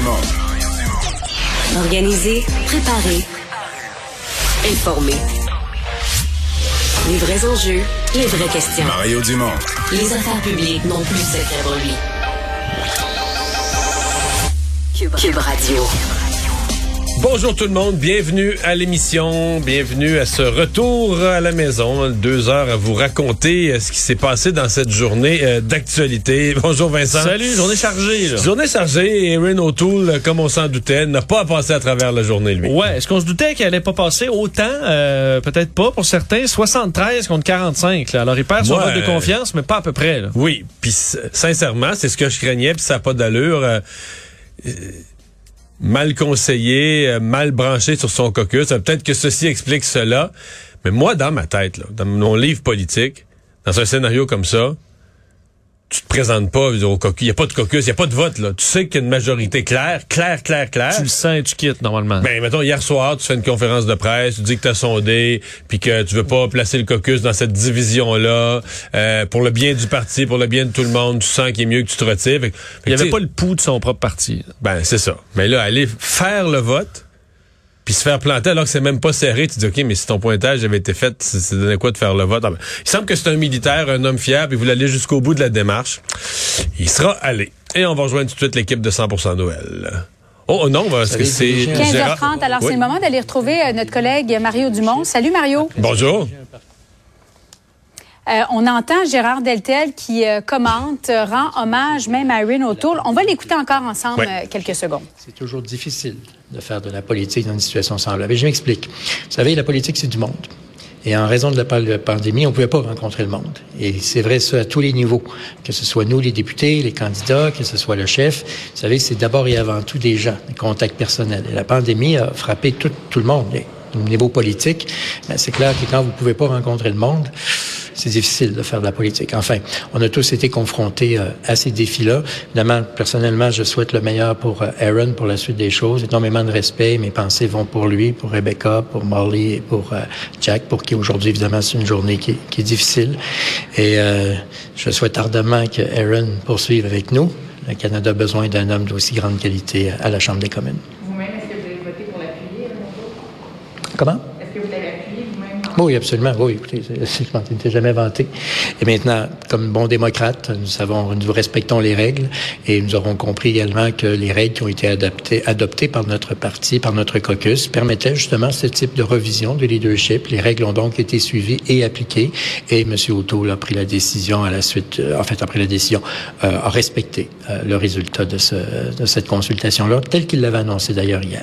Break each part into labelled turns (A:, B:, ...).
A: Dumont.
B: Organiser, préparer, informer. Les vrais enjeux, les vraies questions.
A: Mario Dumont.
B: Les affaires publiques n'ont plus de secret pour lui. Cube Radio.
C: Bonjour tout le monde, bienvenue à l'émission, bienvenue à ce retour à la maison. 2 heures à vous raconter ce qui s'est passé dans cette journée d'actualité. Bonjour Vincent.
D: Salut, journée chargée. Là.
C: Journée chargée et Erin O'Toole, comme on s'en doutait, n'a pas à passer à travers la journée, lui.
D: Ouais, est-ce qu'on se doutait qu'elle allait pas passer autant? Peut-être pas pour certains. 73 contre 45. Là. Alors il perd son vote de confiance, mais pas à peu près. Là.
C: Oui, puis sincèrement, c'est ce que je craignais, puis ça n'a pas d'allure. Mal conseillé, mal branché sur son caucus. Peut-être que ceci explique cela. Mais moi, dans ma tête, là, dans mon livre politique, dans un scénario comme ça, tu te présentes pas au caucus. Il n'y a pas de caucus, il n'y a pas de vote. Là. Tu sais qu'il y a une majorité claire. Tu
D: le sens et tu quittes, normalement.
C: Ben, mettons, hier soir, tu fais une conférence de presse, tu dis que tu as sondé, puis que tu veux pas placer le caucus dans cette division-là, pour le bien du parti, pour le bien de tout le monde. Tu sens qu'il est mieux que tu te retires.
D: Il n'y avait pas le pouls de son propre parti.
C: Ben, c'est ça. Mais là, aller faire le vote, puis se faire planter alors que c'est même pas serré, tu dis, OK, mais si ton pointage avait été fait, c'est donné quoi de faire le vote? Ah ben, il semble que c'est un militaire, un homme fiable, il voulait aller jusqu'au bout de la démarche. Il sera allé. Et on va rejoindre tout de suite l'équipe de 100% Noël. Oh non, parce que c'est
E: 15h30. Alors, c'est le moment d'aller retrouver notre collègue Mario Dumont. Salut, Mario.
C: Bonjour.
E: On entend Gérard Deltel qui commente, rend hommage même à Erin O'Toole. On va l'écouter encore ensemble quelques secondes.
F: C'est toujours difficile de faire de la politique dans une situation semblable. Et je m'explique. Vous savez, la politique, c'est du monde. Et en raison de la pandémie, on ne pouvait pas rencontrer le monde. Et c'est vrai ça à tous les niveaux. Que ce soit nous, les députés, les candidats, que ce soit le chef. Vous savez, c'est d'abord et avant tout des gens, des contacts personnels. Et la pandémie a frappé tout le monde. Et au niveau politique, ben, c'est clair que quand vous ne pouvez pas rencontrer le monde, c'est difficile de faire de la politique. Enfin, on a tous été confrontés à ces défis-là. Évidemment, personnellement, je souhaite le meilleur pour Aaron, pour la suite des choses. Énormément de respect. Mes pensées vont pour lui, pour Rebecca, pour Molly et pour Jack, pour qui aujourd'hui, évidemment, c'est une journée qui est difficile. Et je souhaite ardemment que Aaron poursuive avec nous. Le Canada a besoin d'un homme d'aussi grande qualité à la Chambre des communes.
G: Vous-même, est-ce que vous avez voté pour l'appuyer?
F: Comment?
G: Est-ce que vous l'avez appuyé vous-même?
F: Oui, absolument. Oui, écoutez, je n'étais jamais vanté. Et maintenant, comme bons démocrates, nous respectons les règles et nous aurons compris également que les règles qui ont été adoptées par notre parti, par notre caucus, permettaient justement ce type de revision du leadership. Les règles ont donc été suivies et appliquées. Et M. O'Toole a pris la décision à la suite, après la décision, a respecté le résultat de cette consultation-là, tel qu'il l'avait annoncé d'ailleurs hier.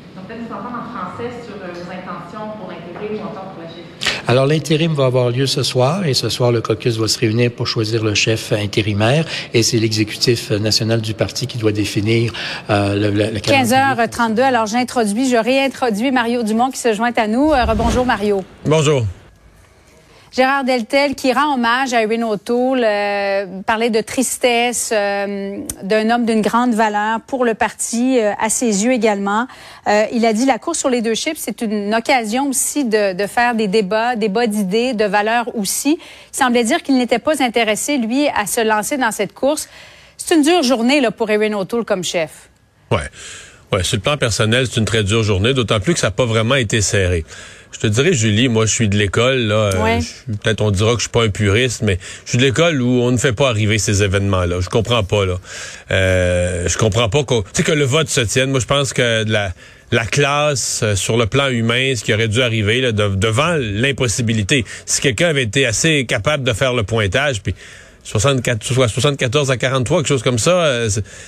F: Alors, l'intérim va avoir lieu ce soir et ce soir, le caucus va se réunir pour choisir le chef intérimaire et c'est l'exécutif national du parti qui doit définir le
E: 15h32. Alors, je réintroduis Mario Dumont qui se joint à nous. Rebonjour, Mario.
C: Bonjour.
E: Gérard Deltel qui rend hommage à Erin O'Toole, parlait de tristesse d'un homme d'une grande valeur pour le parti, à ses yeux également. Il a dit la course sur leadership, c'est une occasion aussi de faire des débats d'idées, de valeurs aussi. Il semblait dire qu'il n'était pas intéressé, lui, à se lancer dans cette course. C'est une dure journée là, pour Erin O'Toole comme chef.
C: Ouais, sur le plan personnel, c'est une très dure journée, d'autant plus que ça n'a pas vraiment été serré. Je te dirais, Julie, moi, je suis de l'école, là. Peut-être on dira que je suis pas un puriste, mais je suis de l'école où on ne fait pas arriver ces événements-là. Je comprends pas, là. Je comprends pas que le vote se tienne. Moi, je pense que la classe, sur le plan humain, ce qui aurait dû arriver, là, devant l'impossibilité. Si quelqu'un avait été assez capable de faire le pointage, puis 74 à 43, quelque chose comme ça.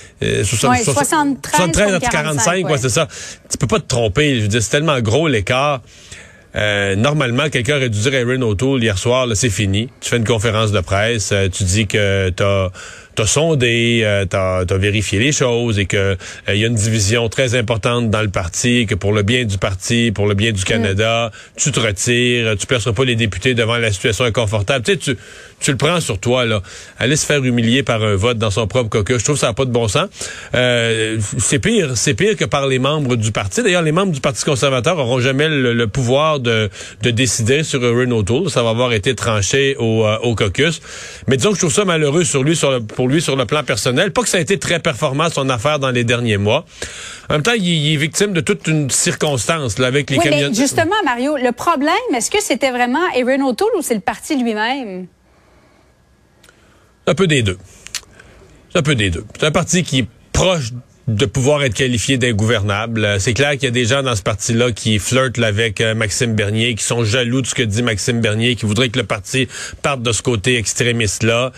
E: 73
C: à 45, c'est ça. Tu peux pas te tromper. Je veux dire, c'est tellement gros l'écart. Normalement, quelqu'un aurait dû dire à Erin O'Toole hier soir, là, c'est fini. Tu fais une conférence de presse, tu dis que t'as sondé, t'as vérifié les choses et que il y a une division très importante dans le parti, que pour le bien du parti, pour le bien du Canada, tu te retires, tu placeras pas les députés devant la situation inconfortable. Tu sais, tu le prends sur toi, là. Aller se faire humilier par un vote dans son propre caucus, je trouve que ça n'a pas de bon sens. C'est pire que par les membres du parti. D'ailleurs, les membres du Parti conservateur n'auront jamais le pouvoir de décider sur Erin O'Toole. Ça va avoir été tranché au caucus. Mais disons que je trouve ça malheureux pour pour lui sur le plan personnel. Pas que ça a été très performant son affaire dans les derniers mois. En même temps, il est victime de toute une circonstance là, avec les camions.
E: Mais justement, Mario, le problème, est-ce que c'était vraiment Erin O'Toole ou c'est le parti lui-même?
C: Un peu des deux. Un peu des deux. C'est un parti qui est proche de pouvoir être qualifié d'ingouvernable. C'est clair qu'il y a des gens dans ce parti-là qui flirtent avec Maxime Bernier, qui sont jaloux de ce que dit Maxime Bernier, qui voudraient que le parti parte de ce côté extrémiste-là.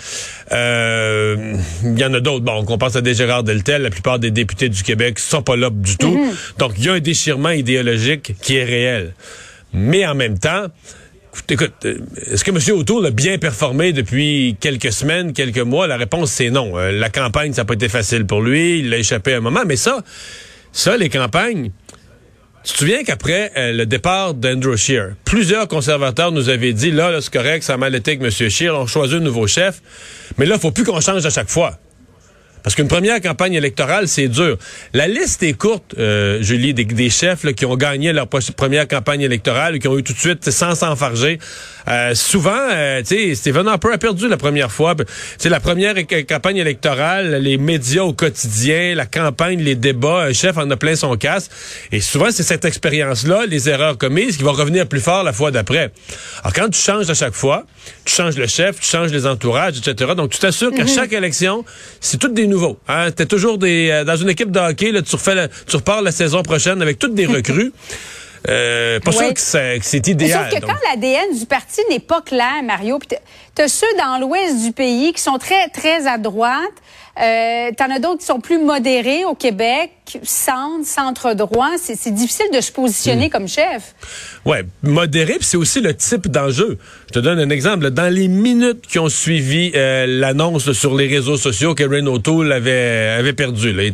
C: Il y en a d'autres. Bon, on pense à des Gérard Deltel, la plupart des députés du Québec sont pas là du tout. Donc, il y a un déchirement idéologique qui est réel. Mais en même temps, écoute, est-ce que M. O'Toole a bien performé depuis quelques semaines, quelques mois? La réponse, c'est non. La campagne, ça n'a pas été facile pour lui. Il a échappé à un moment. Mais ça, les campagnes, tu te souviens qu'après le départ d'Andrew Scheer, plusieurs conservateurs nous avaient dit, là c'est correct, ça a mal été avec M. Scheer, on choisit un nouveau chef. Mais là, il faut plus qu'on change à chaque fois. Parce qu'une première campagne électorale, c'est dur. La liste est courte, Julie, des chefs là, qui ont gagné leur première campagne électorale, qui ont eu tout de suite, sans s'enfarger. Souvent, tu sais, Stephen Harper a perdu la première fois. Tu sais, la première campagne électorale, les médias au quotidien, la campagne, les débats, un chef en a plein son casque. Et souvent, c'est cette expérience-là, les erreurs commises, qui vont revenir plus fort la fois d'après. Alors, quand tu changes à chaque fois, tu changes le chef, tu changes les entourages, etc. Donc, tu t'assures qu'à chaque élection, c'est toutes des nouveaux. Hein? T'es toujours dans une équipe de hockey, là, tu repars la saison prochaine avec toutes des recrues. Pas sûr que c'est idéal.
E: Sauf que quand l'ADN du parti n'est pas clair, Mario, puis t'as ceux dans l'ouest du pays qui sont très, très à droite, t'en as d'autres qui sont plus modérés au Québec, centre-droit. C'est difficile de se positionner comme chef.
C: Ouais, modéré, puis c'est aussi le type d'enjeu. Je te donne un exemple. Dans les minutes qui ont suivi l'annonce sur les réseaux sociaux qu'Erin O'Toole avait perdu, là,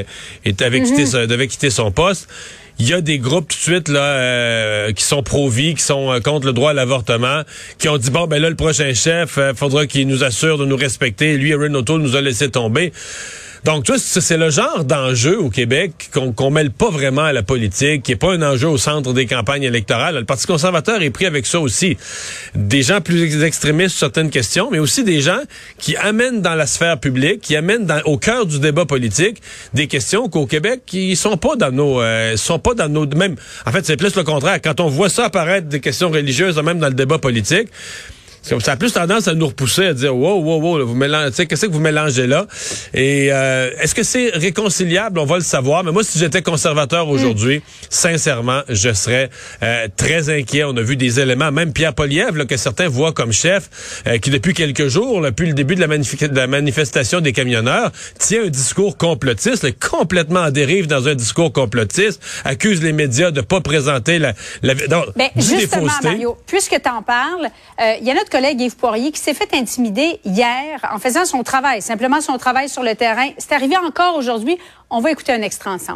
C: devait quitter son poste. Il y a des groupes tout de suite là qui sont pro-vie, qui sont contre le droit à l'avortement, qui ont dit bon ben là le prochain chef, faudra qu'il nous assure de nous respecter. Lui, Erin O'Toole nous a laissé tomber. Donc, tu vois, c'est le genre d'enjeu au Québec qu'on mêle pas vraiment à la politique, qui est pas un enjeu au centre des campagnes électorales. Le Parti conservateur est pris avec ça aussi. Des gens plus extrémistes sur certaines questions, mais aussi des gens qui amènent dans la sphère publique, qui amènent au cœur du débat politique des questions qu'au Québec, qui sont pas dans nos, même, en fait, c'est plus le contraire. Quand on voit ça apparaître des questions religieuses, même dans le débat politique, ça a plus tendance à nous repousser, à dire wow, là, vous mélangez, tu sais, qu'est-ce que vous mélangez là? Et est-ce que c'est réconciliable? On va le savoir. Mais moi, si j'étais conservateur aujourd'hui, sincèrement, je serais très inquiet. On a vu des éléments, même Pierre Poilievre, là, que certains voient comme chef, qui depuis quelques jours, là, depuis le début de la manifestation des camionneurs, tient un discours complotiste, là, complètement en dérive dans un discours complotiste, accuse les médias de pas présenter
E: justement, Mario, puisque t'en parles, il y a notre collègue Yves Poirier qui s'est fait intimider hier en faisant son travail, simplement son travail sur le terrain. C'est arrivé encore aujourd'hui. On va écouter un extrait ensemble.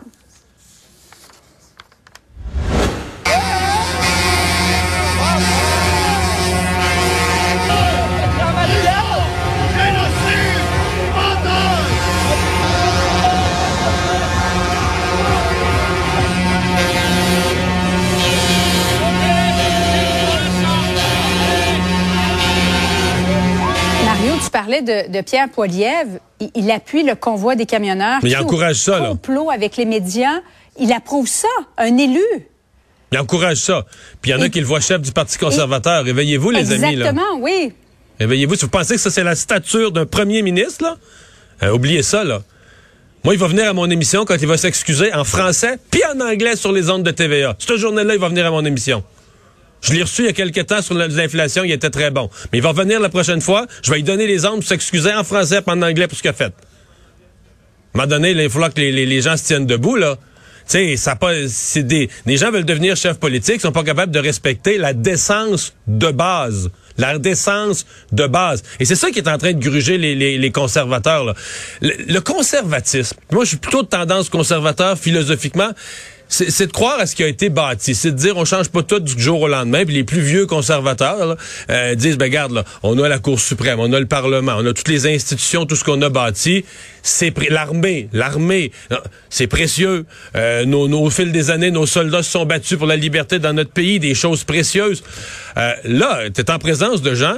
E: Tu parlais de Pierre Poilievre. Il appuie le convoi des camionneurs.
C: Mais il encourage ça, là.
E: Complot avec les médias. Il approuve ça, un élu.
C: Il encourage ça. Puis il y en a qui le voient chef du Parti conservateur. Réveillez-vous, les amis, là.
E: Exactement, oui.
C: Réveillez-vous. Si vous pensez que ça, c'est la stature d'un premier ministre, là, oubliez ça, là. Moi, il va venir à mon émission quand il va s'excuser en français puis en anglais sur les ondes de TVA. Cette journée-là, il va venir à mon émission. Je l'ai reçu il y a quelques temps sur l'inflation, il était très bon. Mais il va revenir la prochaine fois, je vais lui donner les ondes pour s'excuser en français et en anglais pour ce qu'il a fait. À un moment donné, il va falloir que les gens se tiennent debout, là. Tu sais, des gens veulent devenir chef politique, sont pas capables de respecter la décence de base. La décence de base. Et c'est ça qui est en train de gruger les conservateurs, là. Le conservatisme, moi, je suis plutôt de tendance conservateur philosophiquement. C'est de croire à ce qui a été bâti. C'est de dire on change pas tout du jour au lendemain. Puis les plus vieux conservateurs là, disent, ben regarde, là, on a la Cour suprême, on a le Parlement, on a toutes les institutions, tout ce qu'on a bâti. C'est l'armée, c'est précieux. Au fil des années, nos soldats se sont battus pour la liberté dans notre pays, des choses précieuses. Là, t'es en présence de gens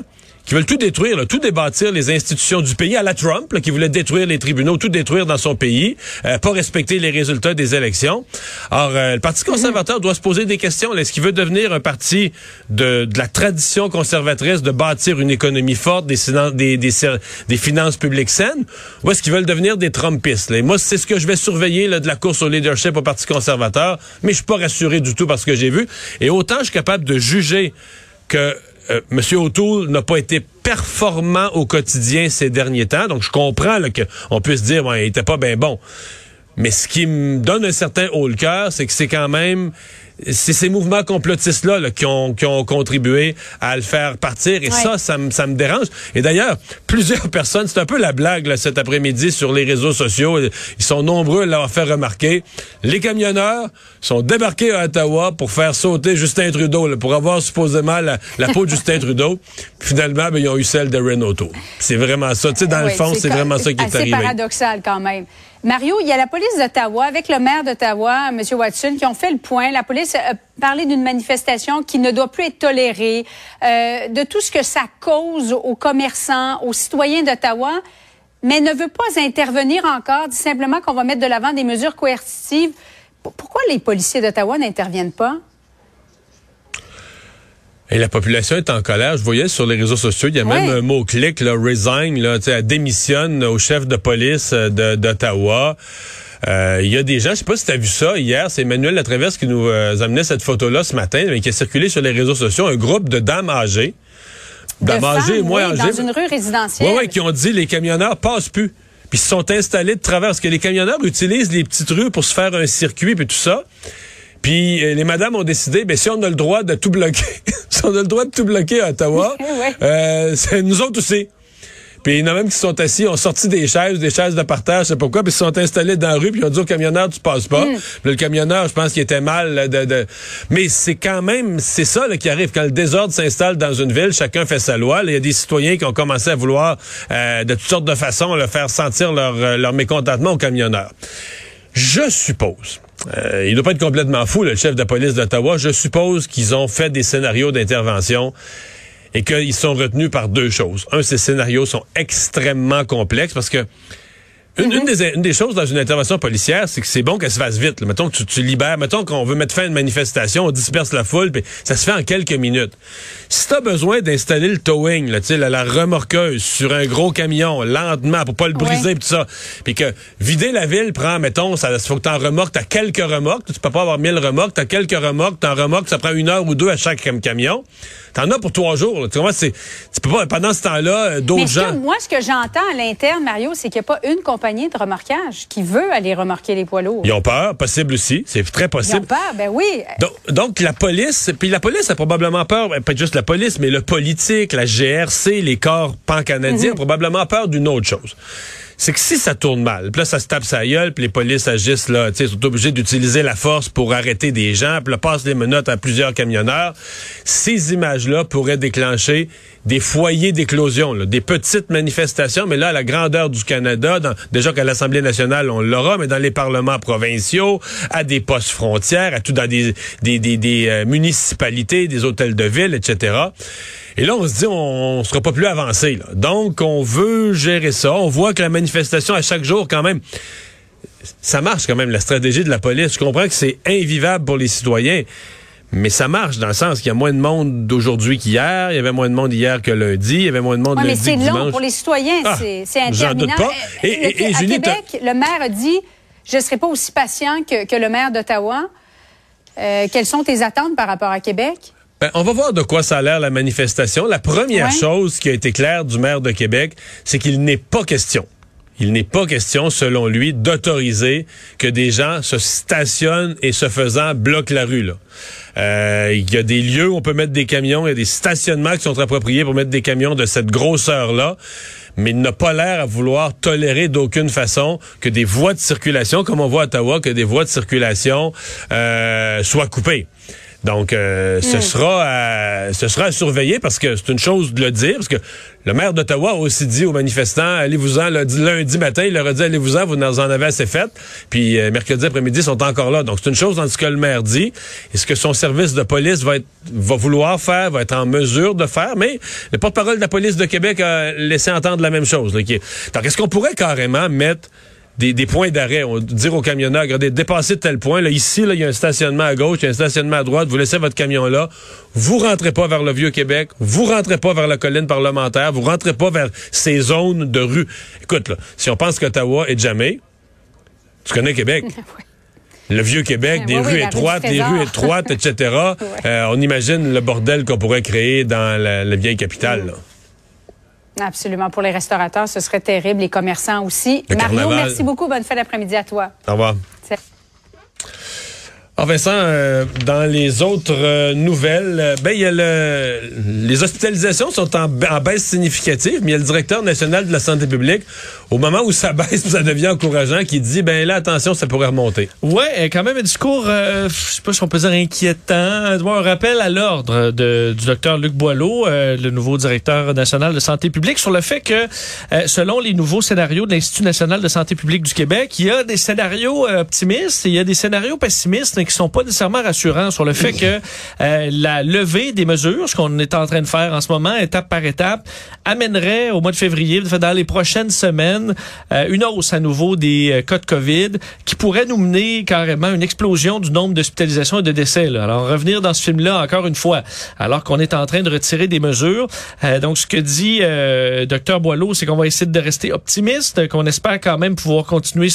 C: qui veulent tout détruire, là, tout débâtir les institutions du pays à la Trump, là, qui voulait détruire les tribunaux, tout détruire dans son pays, pas respecter les résultats des élections. Or, le Parti conservateur doit se poser des questions. Là. Est-ce qu'il veut devenir un parti de la tradition conservatrice de bâtir une économie forte, des finances publiques saines, ou est-ce qu'ils veulent devenir des Trumpistes? Là? Et moi, c'est ce que je vais surveiller là, de la course au leadership au Parti conservateur, mais je suis pas rassuré du tout par ce que j'ai vu. Et autant je suis capable de juger que M. O'Toole n'a pas été performant au quotidien ces derniers temps, donc je comprends là, qu'on puisse dire il était pas bien bon. Mais ce qui me donne un certain haut le cœur, c'est que c'est quand même ces mouvements complotistes-là là, qui ont contribué à le faire partir. Et ça me dérange. Et d'ailleurs, plusieurs personnes, c'est un peu la blague là, cet après-midi sur les réseaux sociaux. Ils sont nombreux à l'avoir fait remarquer. Les camionneurs sont débarqués à Ottawa pour faire sauter Justin Trudeau, là, pour avoir supposément la peau de Justin Trudeau. Puis finalement, ils ont eu celle de Renault. C'est vraiment ça. Tu sais, dans le fond, c'est vraiment ça qui est arrivé.
E: C'est paradoxal quand même. Mario, il y a la police d'Ottawa, avec le maire d'Ottawa, M. Watson, qui ont fait le point. La police a parlé d'une manifestation qui ne doit plus être tolérée, de tout ce que ça cause aux commerçants, aux citoyens d'Ottawa, mais ne veut pas intervenir encore, dit simplement qu'on va mettre de l'avant des mesures coercitives. Pourquoi les policiers d'Ottawa n'interviennent pas?
C: Et la population est en colère. Je voyais sur les réseaux sociaux, il y a même un mot-clic, là, resign, là, elle démissionne au chef de police d'Ottawa. Il y a des gens, je sais pas si tu as vu ça hier, c'est Emmanuel Latraverse qui nous amenait cette photo-là ce matin, mais qui a circulé sur les réseaux sociaux, un groupe de dames âgées. Dames âgées, moins âgées.
E: Dans une rue résidentielle.
C: Oui, qui ont dit les camionneurs passent plus. Puis ils se sont installés de travers, parce que les camionneurs utilisent les petites rues pour se faire un circuit puis tout ça. Puis les madames ont décidé, si on a le droit de tout bloquer, si on a le droit de tout bloquer à Ottawa, c'est nous autres aussi. Puis il y en a même qui sont assis, ont sorti des chaises de parterre, je sais pas pourquoi, puis ils se sont installés dans la rue, puis ils ont dit au camionneur, tu passes pas. Puis le camionneur, je pense qu'il était mal là, mais c'est quand même, c'est ça là, qui arrive. Quand le désordre s'installe dans une ville, chacun fait sa loi. Il y a des citoyens qui ont commencé à vouloir, de toutes sortes de façons, faire sentir leur mécontentement aux camionneurs. Je suppose... il doit pas être complètement fou, le chef de police d'Ottawa. Je suppose qu'ils ont fait des scénarios d'intervention et qu'ils sont retenus par deux choses. Un, ces scénarios sont extrêmement complexes parce que une des choses dans une intervention policière, c'est que c'est bon qu'elle se fasse vite. Là. Mettons que tu libères, mettons qu'on veut mettre fin à une manifestation, on disperse la foule, puis ça se fait en quelques minutes. Si t'as besoin d'installer le towing, là, la remorqueuse sur un gros camion, lentement, pour pas le briser, pis tout ça, puis que vider la ville prend, mettons, il faut que t'en remorques, t'as quelques remorques, tu peux pas avoir 1000 remorques, t'as quelques remorques, t'en remorques, ça prend 1 heure ou 2 à chaque camion. T'en as pour 3 jours. Là. Tu vois, tu peux pas, pendant ce temps-là, d'autres gens...
E: Moi, ce que j'entends à l'interne, Mario, c'est qu'il n'y a pas une compagnie de remorquage qui veut aller remorquer les poids lourds.
C: Ils ont peur, possible aussi. C'est très possible.
E: Ils ont peur, oui.
C: Donc la police, puis la police a probablement peur, pas juste la police, mais le politique, la GRC, les corps pan-canadiens ont probablement peur d'une autre chose. C'est que si ça tourne mal, puis là, ça se tape sa gueule, puis les polices agissent, là, tu sais, sont obligés d'utiliser la force pour arrêter des gens, puis là, passent les menottes à plusieurs camionneurs. Ces images-là pourraient déclencher des foyers d'éclosion, là, des petites manifestations, mais là, à la grandeur du Canada, déjà qu'à l'Assemblée nationale, on l'aura, mais dans les parlements provinciaux, à des postes frontières, à tout dans des municipalités, des hôtels de ville, etc. Et là, on se dit, on sera pas plus avancé. Là. Donc, on veut gérer ça. On voit que la manifestation, à chaque jour, quand même, ça marche quand même, la stratégie de la police. Je comprends que c'est invivable pour les citoyens, mais ça marche dans le sens qu'il y a moins de monde d'aujourd'hui qu'hier. Il y avait moins de monde hier que lundi. Il y avait moins de monde lundi que dimanche.
E: Mais c'est long pour les citoyens. C'est interminable.
C: J'en doute pas. Et
E: à Québec, le maire a dit, je ne serai pas aussi patient que le maire d'Ottawa. Quelles sont tes attentes par rapport à Québec?
C: On va voir de quoi ça a l'air la manifestation. La première chose qui a été claire du maire de Québec, c'est qu'il n'est pas question. Il n'est pas question, selon lui, d'autoriser que des gens se stationnent et se faisant bloquent la rue. Là. Il y a des lieux où on peut mettre des camions, il y a des stationnements qui sont appropriés pour mettre des camions de cette grosseur-là. Mais il n'a pas l'air à vouloir tolérer d'aucune façon que des voies de circulation, comme on voit à Ottawa, que des voies de circulation soient coupées. Donc, ce sera à surveiller parce que c'est une chose de le dire, parce que le maire d'Ottawa a aussi dit aux manifestants, allez-vous-en, lundi matin, il leur a dit, allez-vous-en, vous en avez assez fait. Puis, mercredi après-midi, ils sont encore là. Donc, c'est une chose dans ce que le maire dit. Est-ce que son service de police va vouloir faire, va être en mesure de faire? Mais le porte-parole de la police de Québec a laissé entendre la même chose. Là, donc, est-ce qu'on pourrait carrément mettre des points d'arrêt, dire aux camionneurs, regardez, dépassez tel point, là, ici, là, il y a un stationnement à gauche, il y a un stationnement à droite, vous laissez votre camion là, vous rentrez pas vers le Vieux-Québec, vous rentrez pas vers la colline parlementaire, vous rentrez pas vers ces zones de rue. Écoute, là, si on pense qu'Ottawa est jamais, tu connais Québec. Le Vieux-Québec, des rues étroites, etc. On imagine le bordel qu'on pourrait créer dans la vieille capitale, là.
E: Absolument. Pour les restaurateurs, ce serait terrible. Les commerçants aussi.
C: Le
E: Mario,
C: carnaval.
E: merci beaucoup. Bonne fin d'après-midi à toi.
C: Au revoir. Alors Vincent, dans les autres nouvelles, il y a les hospitalisations sont en baisse significative, mais il y a le directeur national de la santé publique, au moment où ça baisse, ça devient encourageant, qui dit, là, attention, ça pourrait remonter.
D: Ouais, quand même un discours, je sais pas si on peut dire inquiétant. Un rappel à l'ordre du docteur Luc Boileau, le nouveau directeur national de santé publique, sur le fait que, selon les nouveaux scénarios de l'Institut national de santé publique du Québec, il y a des scénarios optimistes et il y a des scénarios pessimistes qui sont pas nécessairement rassurants sur le fait que la levée des mesures, ce qu'on est en train de faire en ce moment, étape par étape, amènerait au mois de février, dans les prochaines semaines, une hausse à nouveau des cas de COVID qui pourrait nous mener carrément à une explosion du nombre d'hospitalisations et de décès. Là. Alors, revenir dans ce film-là encore une fois, alors qu'on est en train de retirer des mesures. Donc, ce que dit Dr Boileau, c'est qu'on va essayer de rester optimiste, qu'on espère quand même pouvoir continuer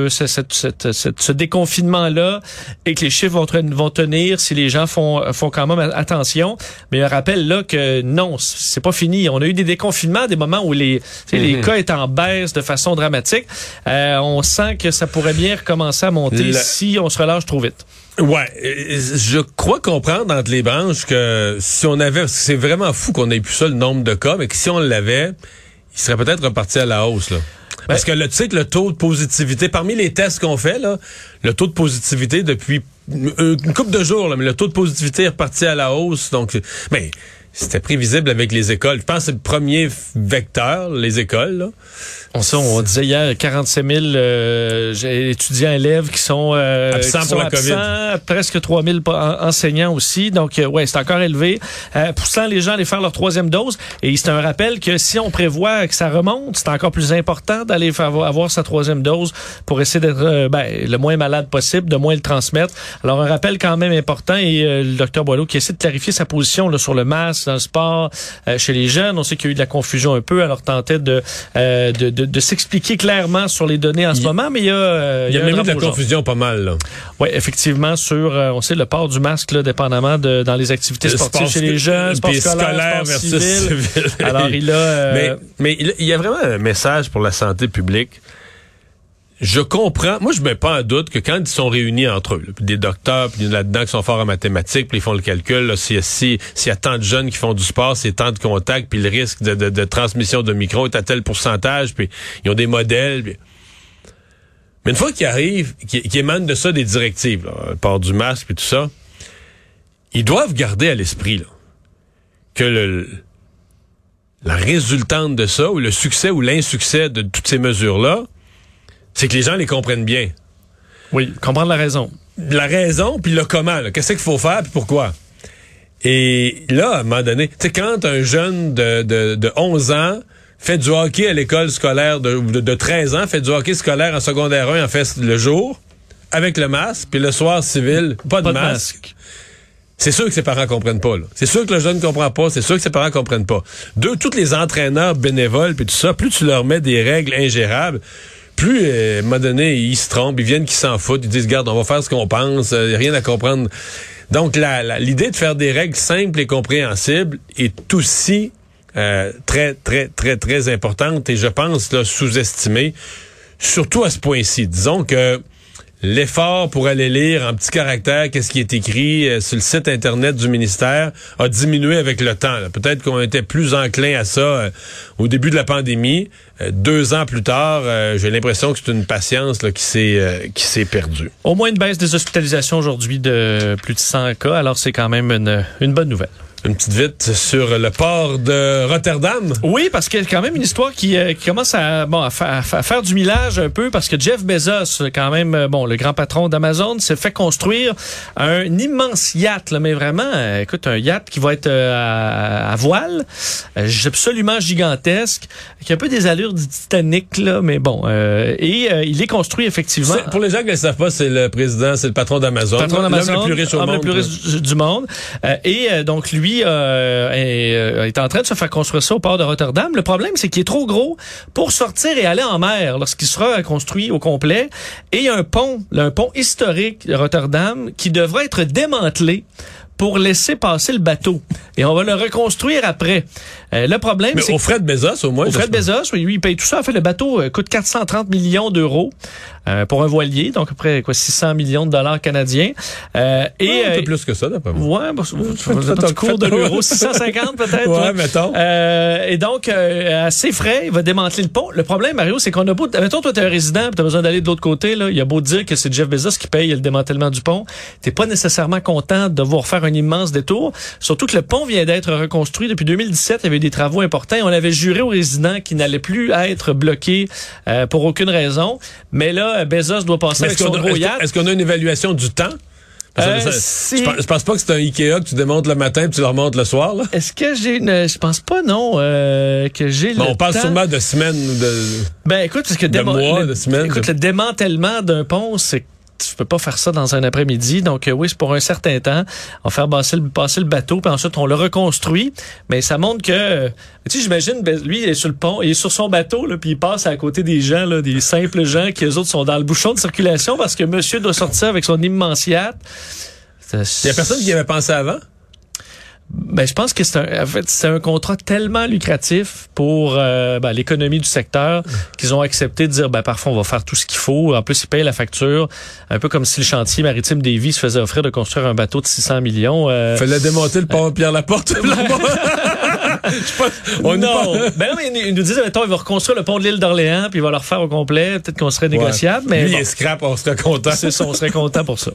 D: ce déconfinement-là et que les chiffres vont tenir si les gens font quand même attention. Mais un rappel là que non, c'est pas fini. On a eu des déconfinements, des moments où les cas étaient en baisse de façon dramatique. On sent que ça pourrait bien recommencer à monter si on se relâche trop vite.
C: Ouais, je crois comprendre entre les branches que si on avait, c'est vraiment fou qu'on ait plus ça le nombre de cas, mais que si on l'avait, il serait peut-être reparti à la hausse là. Parce que tu sais que le taux de positivité, parmi les tests qu'on fait, là, le taux de positivité depuis une couple de jours, là, mais le taux de positivité est reparti à la hausse. Donc, c'était prévisible avec les écoles. Je pense que c'est le premier vecteur, les écoles, là.
D: On disait hier 47 000 étudiants élèves qui sont
C: absents pour la COVID.
D: Presque 3 000 enseignants aussi. Donc, c'est encore élevé. Poussant les gens à aller faire leur 3e dose. Et c'est un rappel que si on prévoit que ça remonte, c'est encore plus important d'aller avoir sa 3e dose pour essayer d'être le moins malade possible, de moins le transmettre. Alors, un rappel quand même important. Et le docteur Boileau qui essaie de clarifier sa position là, sur le masque, dans le sport, chez les jeunes. On sait qu'il y a eu de la confusion un peu. Alors, tentait de s'expliquer clairement sur les données en ce moment, mais il y a
C: même eu de la confusion pas mal, là.
D: Oui, effectivement, sur, on sait, le port du masque, là, dépendamment dans les activités sportives chez les jeunes, sport scolaire
C: versus civil.
D: Alors, il a...
C: Mais il y a vraiment un message pour la santé publique. Je comprends. Moi, je mets pas en doute que quand ils sont réunis entre eux, là, puis des docteurs, puis là-dedans qui sont forts en mathématiques, puis ils font le calcul, là, s'il y a tant de jeunes qui font du sport, c'est tant de contacts, puis le risque de transmission de micro est à tel pourcentage, puis ils ont des modèles. Puis... Mais une fois qu'ils arrivent, qu'ils émanent de ça des directives, là, le port du masque, puis tout ça, ils doivent garder à l'esprit là, que la résultante de ça, ou le succès ou l'insuccès de toutes ces mesures-là, c'est que les gens les comprennent bien.
D: Oui, comprendre la raison.
C: La raison, puis le comment. Là. Qu'est-ce qu'il faut faire, puis pourquoi. Et là, à un moment donné, tu sais, quand un jeune de 11 ans fait du hockey à l'école scolaire, de 13 ans, fait du hockey scolaire en secondaire 1, en fait le jour, avec le masque, puis le soir civil, pas de masque. C'est sûr que ses parents comprennent pas, là. C'est sûr que le jeune comprend pas, c'est sûr que ses parents comprennent pas. Tous les entraîneurs bénévoles, puis tout ça, plus tu leur mets des règles ingérables, plus, à un moment donné, ils se trompent, ils viennent qu'ils s'en foutent, ils disent, regarde, on va faire ce qu'on pense, rien à comprendre. Donc, l'idée de faire des règles simples et compréhensibles est aussi très, très, très, très importante et je pense là, sous-estimée, surtout à ce point-ci. Disons que l'effort pour aller lire en petits caractères qu'est-ce qui est écrit sur le site Internet du ministère a diminué avec le temps. Là. Peut-être qu'on était plus enclin à ça au début de la pandémie. 2 ans plus tard, j'ai l'impression que c'est une patience là, qui s'est perdue.
D: Au moins une baisse des hospitalisations aujourd'hui de plus de 100 cas, alors c'est quand même une bonne nouvelle.
C: Une petite vite sur le port de Rotterdam.
D: Oui, parce qu'il y a quand même une histoire qui commence à faire du millage un peu, parce que Jeff Bezos, quand même, le grand patron d'Amazon, s'est fait construire un immense yacht, là, mais vraiment, écoute, un yacht qui va être à voile, absolument gigantesque, qui a un peu des allures du Titanic, là, mais bon, il est construit effectivement.
C: Pour les gens qui ne le savent pas, c'est le patron d'Amazon.
D: L'homme
C: le plus riche au monde.
D: Le plus riche du monde. Donc, lui, est en train de se faire construire ça au port de Rotterdam. Le problème, c'est qu'il est trop gros pour sortir et aller en mer lorsqu'il sera construit au complet. Et il y a un pont historique de Rotterdam qui devra être démantelé pour laisser passer le bateau. Et on va le reconstruire après. Le problème,
C: mais
D: c'est...
C: au frais de Bezos, au moins.
D: Au frais de Bezos, oui, lui, il paye tout ça. En fait, le bateau coûte 430 millions d'euros pour un voilier, donc à peu près 600 millions de dollars canadiens.
C: Un peu plus que ça, d'après moi.
D: Ouais, un cours de l'euro, 650 peut-être.
C: Ouais, mettons.
D: Et donc, à ses frais, il va démanteler le pont. Le problème, Mario, c'est qu'on a beau... Mettons, toi, t'es un résident, t'as besoin d'aller de l'autre côté, là. Il a beau dire que c'est Jeff Bezos qui paye le démantèlement du pont. T'es pas nécessairement content de devoir faire un immense détour. Surtout que le pont vient d'être reconstruit depuis 2017. Il y avait eu des travaux importants et on avait juré aux résidents qu'il n'allait plus être bloqué pour aucune raison. Mais là, Bezos doit passer avec son gros yacht.
C: Est-ce qu'on a une évaluation du temps? Je pense pas que c'est un Ikea que tu démontes le matin et tu le remontes le soir. Là.
D: Est-ce que je pense pas, non, que j'ai le temps.
C: On parle sûrement de semaines ou de...
D: écoute, parce que
C: de mois, de semaines.
D: Écoute, le démantèlement d'un pont, c'est tu peux pas faire ça dans un après-midi. Donc, oui, c'est pour un certain temps. On va faire passer le bateau, puis ensuite, on le reconstruit. Mais ça montre que... Tu sais, j'imagine, lui, il est sur le pont, il est sur son bateau, là, puis il passe à côté des gens, là, des simples gens qui, eux autres, sont dans le bouchon de circulation parce que monsieur doit sortir avec son immense yacht.
C: Il y a personne qui y avait pensé avant?
D: Je pense que c'est un contrat tellement lucratif pour l'économie du secteur qu'ils ont accepté de dire parfois on va faire tout ce qu'il faut. En plus, ils payent la facture. Un peu comme si le chantier maritime d'Évis se faisait offrir de construire un bateau de 600 millions.
C: Fallait démonter le pont Pierre-Laporte.
D: Ils nous disent, mettons, il va reconstruire le pont de l'île d'Orléans puis il va le refaire au complet. Peut-être qu'on serait négociable. Mais
C: lui, il est scrap, on serait content.
D: C'est ça, on serait content pour ça.